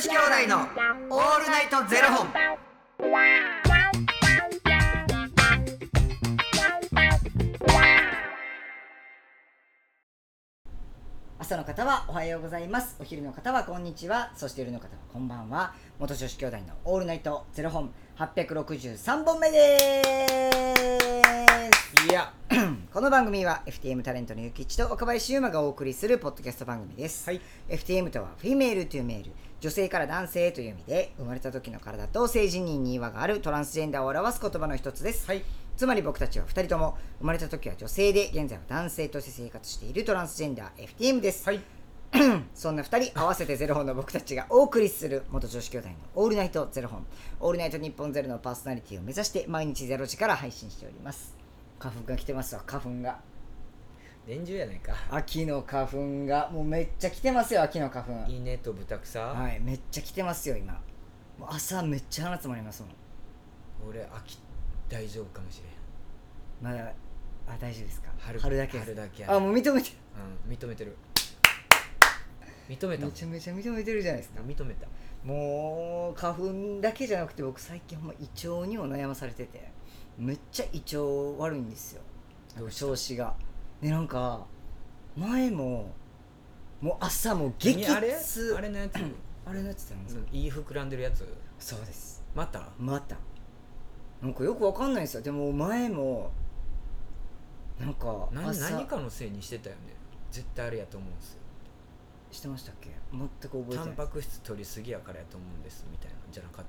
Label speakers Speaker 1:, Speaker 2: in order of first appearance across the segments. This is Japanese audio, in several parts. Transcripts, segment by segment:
Speaker 1: 子兄弟のオールナイトゼロ本。
Speaker 2: 朝の方はおはようございます。お昼の方はこんにちは。そして夜の方はこんばんは。元女子兄弟のオールナイトゼロ本863本目です。
Speaker 1: いや
Speaker 2: この番組は FTM タレントのゆきちと岡林優馬がお送りするポッドキャスト番組です、
Speaker 1: はい、
Speaker 2: FTM とはフィメールというメール、女性から男性という意味で、生まれた時の体と性自認に違和があるトランスジェンダーを表す言葉の一つです、
Speaker 1: はい、
Speaker 2: つまり僕たちは2人とも生まれた時は女性で現在は男性として生活しているトランスジェンダー FTM です、
Speaker 1: はい
Speaker 2: そんな2人合わせてゼロ本の僕たちがお送りする元女子兄弟のオールナイトゼロ本、オールナイト日本ゼロのパーソナリティを目指して毎日ゼロ時から配信しております。花粉が来てますわ。花粉が
Speaker 1: 年中やないか。
Speaker 2: 秋の花粉がもうめっちゃ来てますよ。秋の花粉、
Speaker 1: 稲と豚草。
Speaker 2: はい、めっちゃ来てますよ。今もう朝めっちゃ鼻詰まりますもん。
Speaker 1: 俺秋大丈夫かもしれん。
Speaker 2: まだ大丈夫ですか。春だけです。
Speaker 1: 春だけ
Speaker 2: もう認めてる。
Speaker 1: 認めてる。認めた。
Speaker 2: めちゃめちゃ認めてるじゃないですか。
Speaker 1: 認めた。
Speaker 2: もう花粉だけじゃなくて、僕最近ほんま胃腸にも悩まされてて、めっちゃ胃腸悪いんですよ。調子がで、なんか前もう朝も激痛。
Speaker 1: あれのやつ
Speaker 2: あれのやつって何ですか。
Speaker 1: いい膨らんでるやつ。
Speaker 2: そうです。
Speaker 1: また
Speaker 2: なんかよくわかんないんですよ。でも前もなんか
Speaker 1: 何かのせいにしてたよね。絶対あれやと思うんですよ。
Speaker 2: してましたっけ。全く覚えてない。
Speaker 1: タンパク質取りすぎやからやと思うんですみたいなじゃなかった。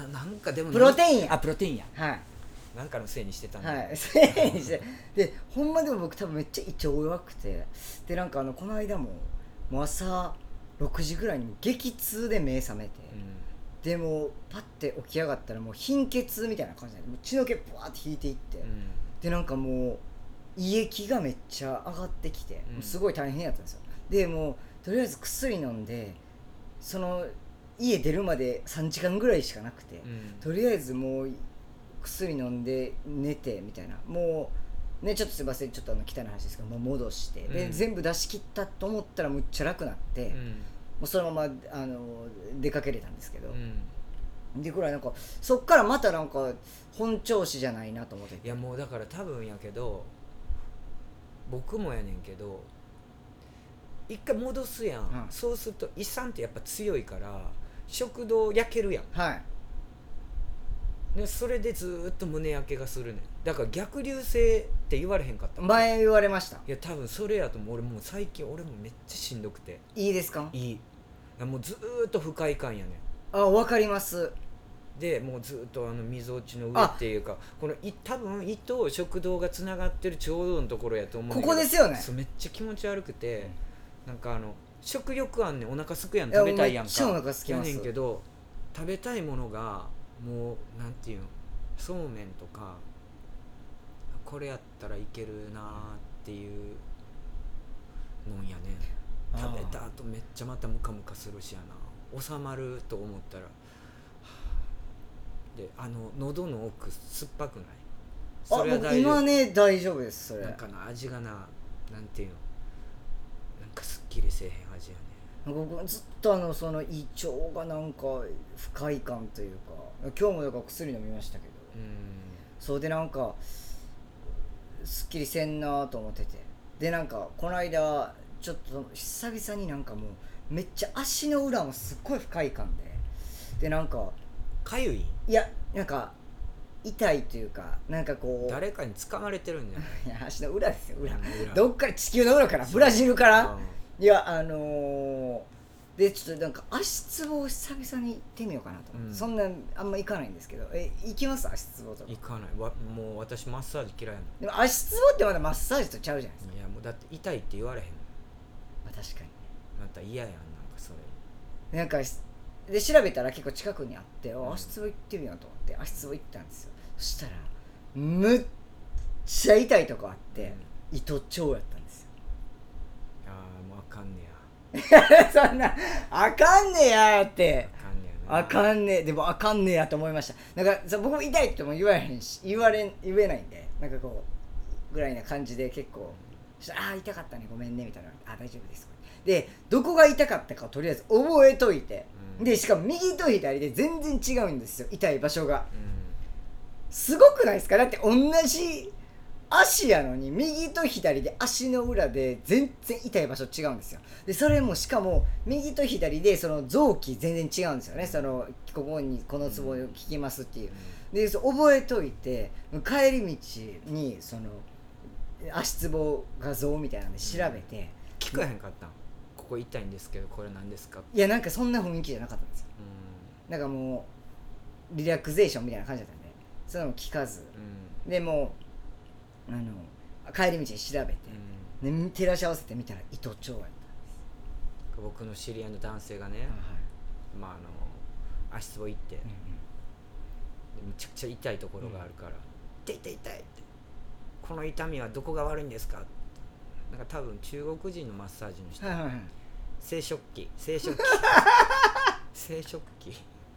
Speaker 1: なんかでも
Speaker 2: プロテイン
Speaker 1: プロテインや。
Speaker 2: はい。
Speaker 1: なんかのせいにしてたんだ。
Speaker 2: はい。せいにしてで、ほんまでも僕多分めっちゃ胃腸弱くて、でなんかこの間もう朝6時ぐらいに激痛で目覚めて、でもパッて起き上がったらもう貧血みたいな感じで、もう血の気ブワーって引いていって、でなんかもう胃液がめっちゃ上がってきて、もうすごい大変やったんですよ。でもうとりあえず薬飲んで、その家出るまで3時間ぐらいしかなくて、とりあえずもう薬飲んで寝てみたいな、もうね、ちょっとすいません、ちょっと汚い話ですけど、もう戻して、で全部出し切ったと思ったらむっちゃ楽になって、もうそのまま出かけれたんですけど、でくらいなんかそっからまたなんか本調子じゃないなと思ってて。
Speaker 1: いやもうだから多分やけど、僕もやねんけど、一回戻すやん、そうすると胃酸ってやっぱ強いから食道焼けるやん、
Speaker 2: はい、
Speaker 1: でそれでずっと胸焼けがするねん。だから逆流性って言われへんかった。
Speaker 2: 前言われました。
Speaker 1: いや多分それやと思う。俺もう最近俺もめっちゃしんどくて。
Speaker 2: いいですか。
Speaker 1: いい。もうずっと不快感やねん。
Speaker 2: わかります。
Speaker 1: でもうずっとみぞおちの上っていうか、この多分胃と食道がつながってるちょうどのところやと思う。
Speaker 2: ここですよね。
Speaker 1: そうめっちゃ気持ち悪くて、なんか食欲あんねん。お腹すくやん、食べたいやんか。
Speaker 2: めっちゃお腹すきます。
Speaker 1: やねんけど食べたいものがもうなんていうの、そうめんとかこれやったらいけるなっていうのんやねん。食べた後めっちゃまたムカムカするしやな。収まると思ったら、で喉の奥酸っぱくない？それは
Speaker 2: 僕今ね大丈夫です。それ
Speaker 1: なんかな、味がな、なんていうの、なんかすっきりせえへん味やね。
Speaker 2: 僕ずっとその胃腸がなんか不快感というか、今日もだから薬飲みましたけど、そうでなんかすっきりせんなと思ってて、でなんかこの間ちょっと久々になんかもうめっちゃ足の裏もすっごい不快感でなんか
Speaker 1: かゆい？
Speaker 2: いやなんか痛いというか、なんかこう
Speaker 1: 誰かに掴まれてるんじゃない？
Speaker 2: いや足の裏ですよ。裏どっから地球の裏から、ブラジルから、いやでちょっとなんか足つぼを久々に行ってみようかなと、そんなあんま行かないんですけど、行きます？足つぼとか。
Speaker 1: 行かない。もう私マッサージ嫌いなの。
Speaker 2: でも足つぼってまだマッサージとちゃうじゃないですか。
Speaker 1: いやもうだって痛いって言われへんもん。
Speaker 2: 確かに
Speaker 1: また嫌やん、なんかそれ。
Speaker 2: なんかで調べたら結構近くにあって、足つぼ行ってみようと思って足つぼ行ったんですよ。そしたらむっちゃ痛いとこあって、糸腸やったんですよ。
Speaker 1: もうあかんねや
Speaker 2: そんなあかんねやって
Speaker 1: あかんねやな。
Speaker 2: でもあかんねやと思いました。なんか僕も痛いっても言われへんし言えないんで、なんかこうぐらいな感じで結構したら、痛かったねごめんねみたいな、大丈夫ですでどこが痛かったかとりあえず覚えといて、 でしかも右と左で全然違うんですよ、痛い場所が。
Speaker 1: うん
Speaker 2: すごくないですか？だって同じ足やのに右と左で足の裏で全然痛い場所違うんですよ。でそれもしかも右と左でその臓器全然違うんですよね。そのここにこのツボを効きますっていう、で覚えといて帰り道にその足つぼ画像みたいなんで調べて、
Speaker 1: 聞かへんかったん、ここ痛いんですけどこれ何ですか。
Speaker 2: いやなんかそんな雰囲気じゃなかったんですよ。なんかもうリラクゼーションみたいな感じだったんで、そういうのも聞かず、でも帰り道に調べて、で照らし合わせてみたら胃と腸やったんです。
Speaker 1: 僕の知り合いの男性がね、まあ足つぼ行って、むちゃくちゃ痛いところがあるから、痛い痛い痛いって、この痛みはどこが悪いんですか。なんか多分中国人のマッサージの人、生殖器生殖器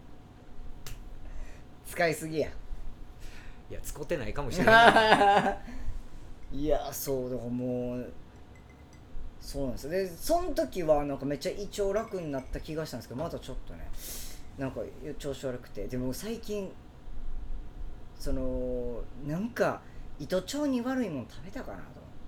Speaker 2: 使いすぎや。
Speaker 1: いや使ってないかもしれない
Speaker 2: いやそうだからもうそうなんですよ。でその時はなんかめっちゃ胃腸楽になった気がしたんですけど、まだちょっとねなんか調子悪くて、でも最近そのなんか胃と腸に悪いもの食べたかなと思って、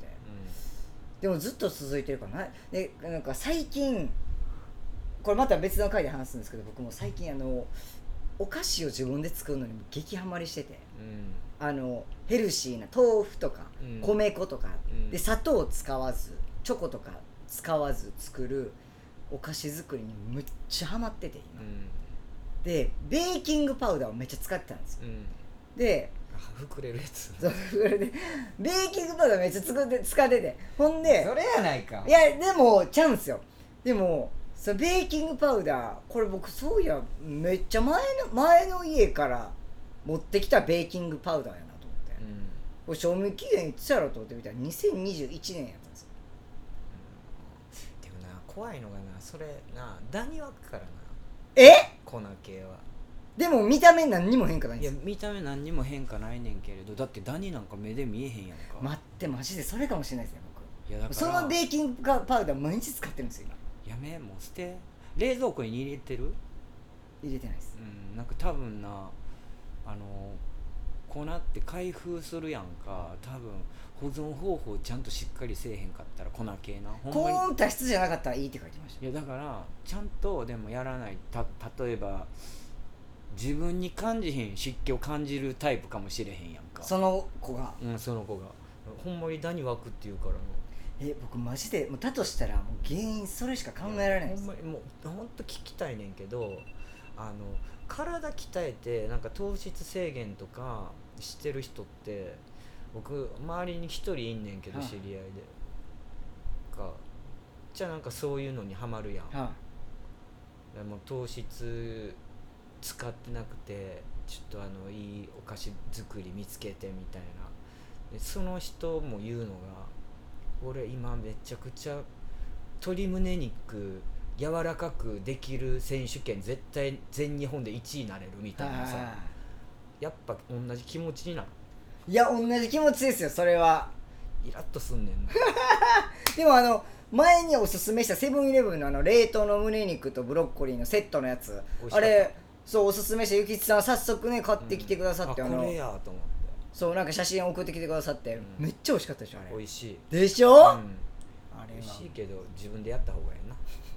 Speaker 2: でもずっと続いてるからな。でなんか最近これまた別の回で話すんですけど、僕も最近お菓子を自分で作るのに激ハマりしてて、ヘルシーな豆腐とか、米粉とか、で砂糖を使わずチョコとか使わず作るお菓子作りにむっちゃハマってて今、でベーキングパウダーをめっちゃ使ってたんですよ、で
Speaker 1: 膨れるやつ
Speaker 2: そうでベーキングパウダーめっちゃ使ってて、ほんで
Speaker 1: それやないか。
Speaker 2: いやでもちゃうんすよ。でもそのベーキングパウダーこれ僕そういやめっちゃ前の家から持ってきたベーキングパウダーやなと思って、これ賞味期限いつやろと思ってみたら2021年やったんですよ。
Speaker 1: でもな怖いのがな、それなダニ湧くからな、粉系は。で
Speaker 2: も見た目何にも変化ないんですよ。
Speaker 1: いや見た目何にも変化ないねんけれど、だってダニなんか目で見えへんやんか。
Speaker 2: 待ってマジでそれかもしれないですね僕。
Speaker 1: いやだから
Speaker 2: そのベーキングパウダー毎日使ってるんですよ今。
Speaker 1: やめ、もう捨て。冷蔵庫に入れてる？
Speaker 2: 入れてないです。
Speaker 1: なんか多分な粉って開封するやんか、多分保存方法ちゃんとしっかりせえへんかったら粉系な、
Speaker 2: 高温多湿じゃなかったらいいって書いてました。
Speaker 1: いやだからちゃんとでもやらない。例えば自分に感じへん湿気を感じるタイプかもしれへんやんか、
Speaker 2: その子が。
Speaker 1: その子がほんまにダニ湧くって言うからの。
Speaker 2: 僕マジでもうだとしたらもう原因それしか考えられないです。
Speaker 1: ほんまにもうほんと聞きたいねんけど、体鍛えてなんか糖質制限とかしてる人って僕周りに一人いんねんけど、知り合いでかじゃあなんかそういうのにハマるやん、でも糖質使ってなくてちょっといいお菓子作り見つけてみたいな。でその人も言うのが、俺今めちゃくちゃ鶏胸肉柔らかくできる選手権絶対全日本で1位になれるみたいなさ、やっぱ同じ気持ちになる。
Speaker 2: いや同じ気持ちですよそれは。
Speaker 1: イラッとすんねんな
Speaker 2: でも前におすすめしたセブンイレブンの冷凍の胸肉とブロッコリーのセットのやつ、あれそうおすすめしたゆきつさんは早速ね買ってきてくださって、
Speaker 1: これやと思って、
Speaker 2: そうなんか写真送ってきてくださって、めっちゃ美味しかったでしょあれ。
Speaker 1: 美味しい
Speaker 2: でしょ、
Speaker 1: あれ美味しいけど自分でやった方がいいな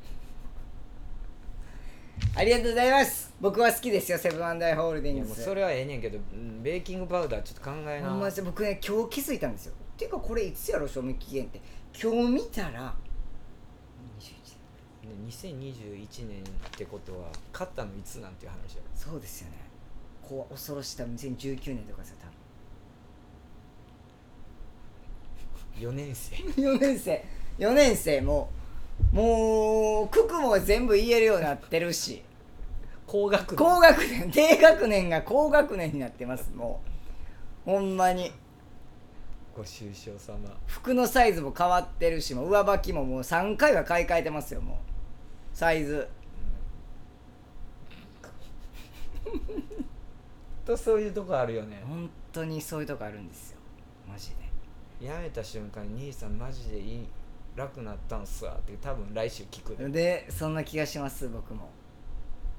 Speaker 2: ありがとうございます。僕は好きですよセブン&アイ・ホールディングス。
Speaker 1: いやもうそれはええねんけど、ベーキングパウダーちょっと考えな。
Speaker 2: ほんまです。僕ね今日気づいたんですよ。っていうかこれいつやろ賞味期限って。今日見たら
Speaker 1: 2021年ってことは勝ったのいつなんていう話やろ。
Speaker 2: そうですよね。こう恐ろしい多分2019年とかですよ多分。
Speaker 1: 4年生
Speaker 2: 4年生もう九九も全部言えるようになってるし、
Speaker 1: 高学
Speaker 2: 年低学年が高学年になってます。もうほんまに
Speaker 1: ご愁傷様。
Speaker 2: 服のサイズも変わってるし、もう上履きももう3回は買い替えてますよもうサイズ、
Speaker 1: とそういうとこあるよね。
Speaker 2: 本当にそういうとこあるんですよマジで。
Speaker 1: やめた瞬間に兄さんマジで楽なったんすわって多分来週聞く
Speaker 2: でそんな気がします僕も。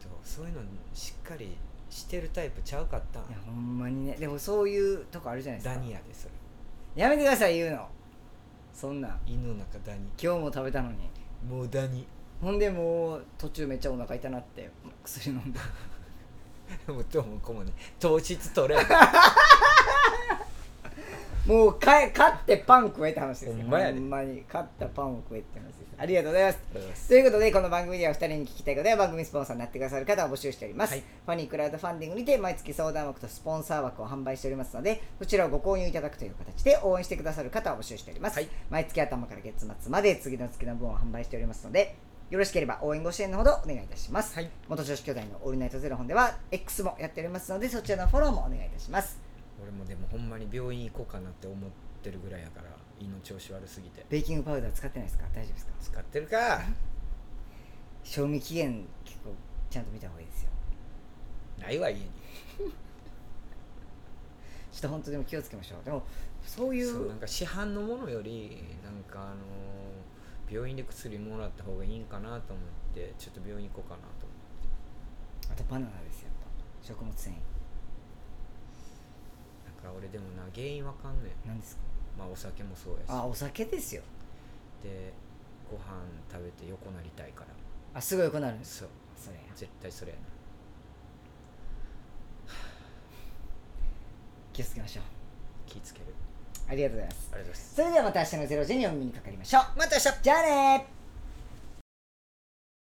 Speaker 1: そういうのしっかりしてるタイプちゃうかったん。
Speaker 2: いやほんまにね。でもそういうとこあるじゃないですか。
Speaker 1: ダニやでそれ。
Speaker 2: やめてください言うの。そんなん
Speaker 1: 犬の中ダニ。
Speaker 2: 今日も食べたのに。
Speaker 1: もうダニ。
Speaker 2: ほんでもう途中めっちゃお腹痛なって薬飲んで
Speaker 1: もうどうもこうもね糖質取れ
Speaker 2: もう買ってパン食えって話ですよ。
Speaker 1: ほんまやで
Speaker 2: ほんまに買ったパンを食えって話です。ありがとうございます。
Speaker 1: ありがとうございます。
Speaker 2: ということでこの番組では2人に聞きたいことや番組スポンサーになってくださる方を募集しております、
Speaker 1: はい、
Speaker 2: ファニークラウドファンディングにて毎月相談枠とスポンサー枠を販売しておりますのでそちらをご購入いただくという形で応援してくださる方を募集しております、
Speaker 1: はい、
Speaker 2: 毎月頭から月末まで次の月の分を販売しておりますのでよろしければ応援ご支援のほどお願いいたします、
Speaker 1: はい、
Speaker 2: 元女子兄弟のオールナイトゼロ本では X もやっておりますのでそちらのフォローもお願いいたします。
Speaker 1: 俺もでもほんまに病院行こうかなって思ってるぐらいやから胃の調子悪すぎて。
Speaker 2: ベーキングパウダー使ってないですか？大丈夫ですか？
Speaker 1: 使ってるか
Speaker 2: 賞味期限結構ちゃんと見た方がいいですよ。
Speaker 1: ないわ家に
Speaker 2: ちょっと本当でも気をつけましょう。でもそういう
Speaker 1: そうなんか市販のものよりなんか病院で薬もらった方がいいんかなと思ってちょっと病院行こうかなと思って。
Speaker 2: あとバナナですよ。食物繊維。
Speaker 1: なんか俺でもな原因わかんねん。
Speaker 2: 何ですか？
Speaker 1: まあお酒もそうやし。
Speaker 2: あ、お酒ですよ。
Speaker 1: でご飯食べて横なりたいから。
Speaker 2: あ、すぐ良くなるんです。
Speaker 1: そう
Speaker 2: それや。
Speaker 1: 絶対それやな。
Speaker 2: 気をつけましょう。
Speaker 1: 気つける。
Speaker 2: ありがとうございます。
Speaker 1: ありがとうございます。
Speaker 2: それではまた明日の0時にお耳にかかりましょう。
Speaker 1: また明日。
Speaker 2: じゃあねー。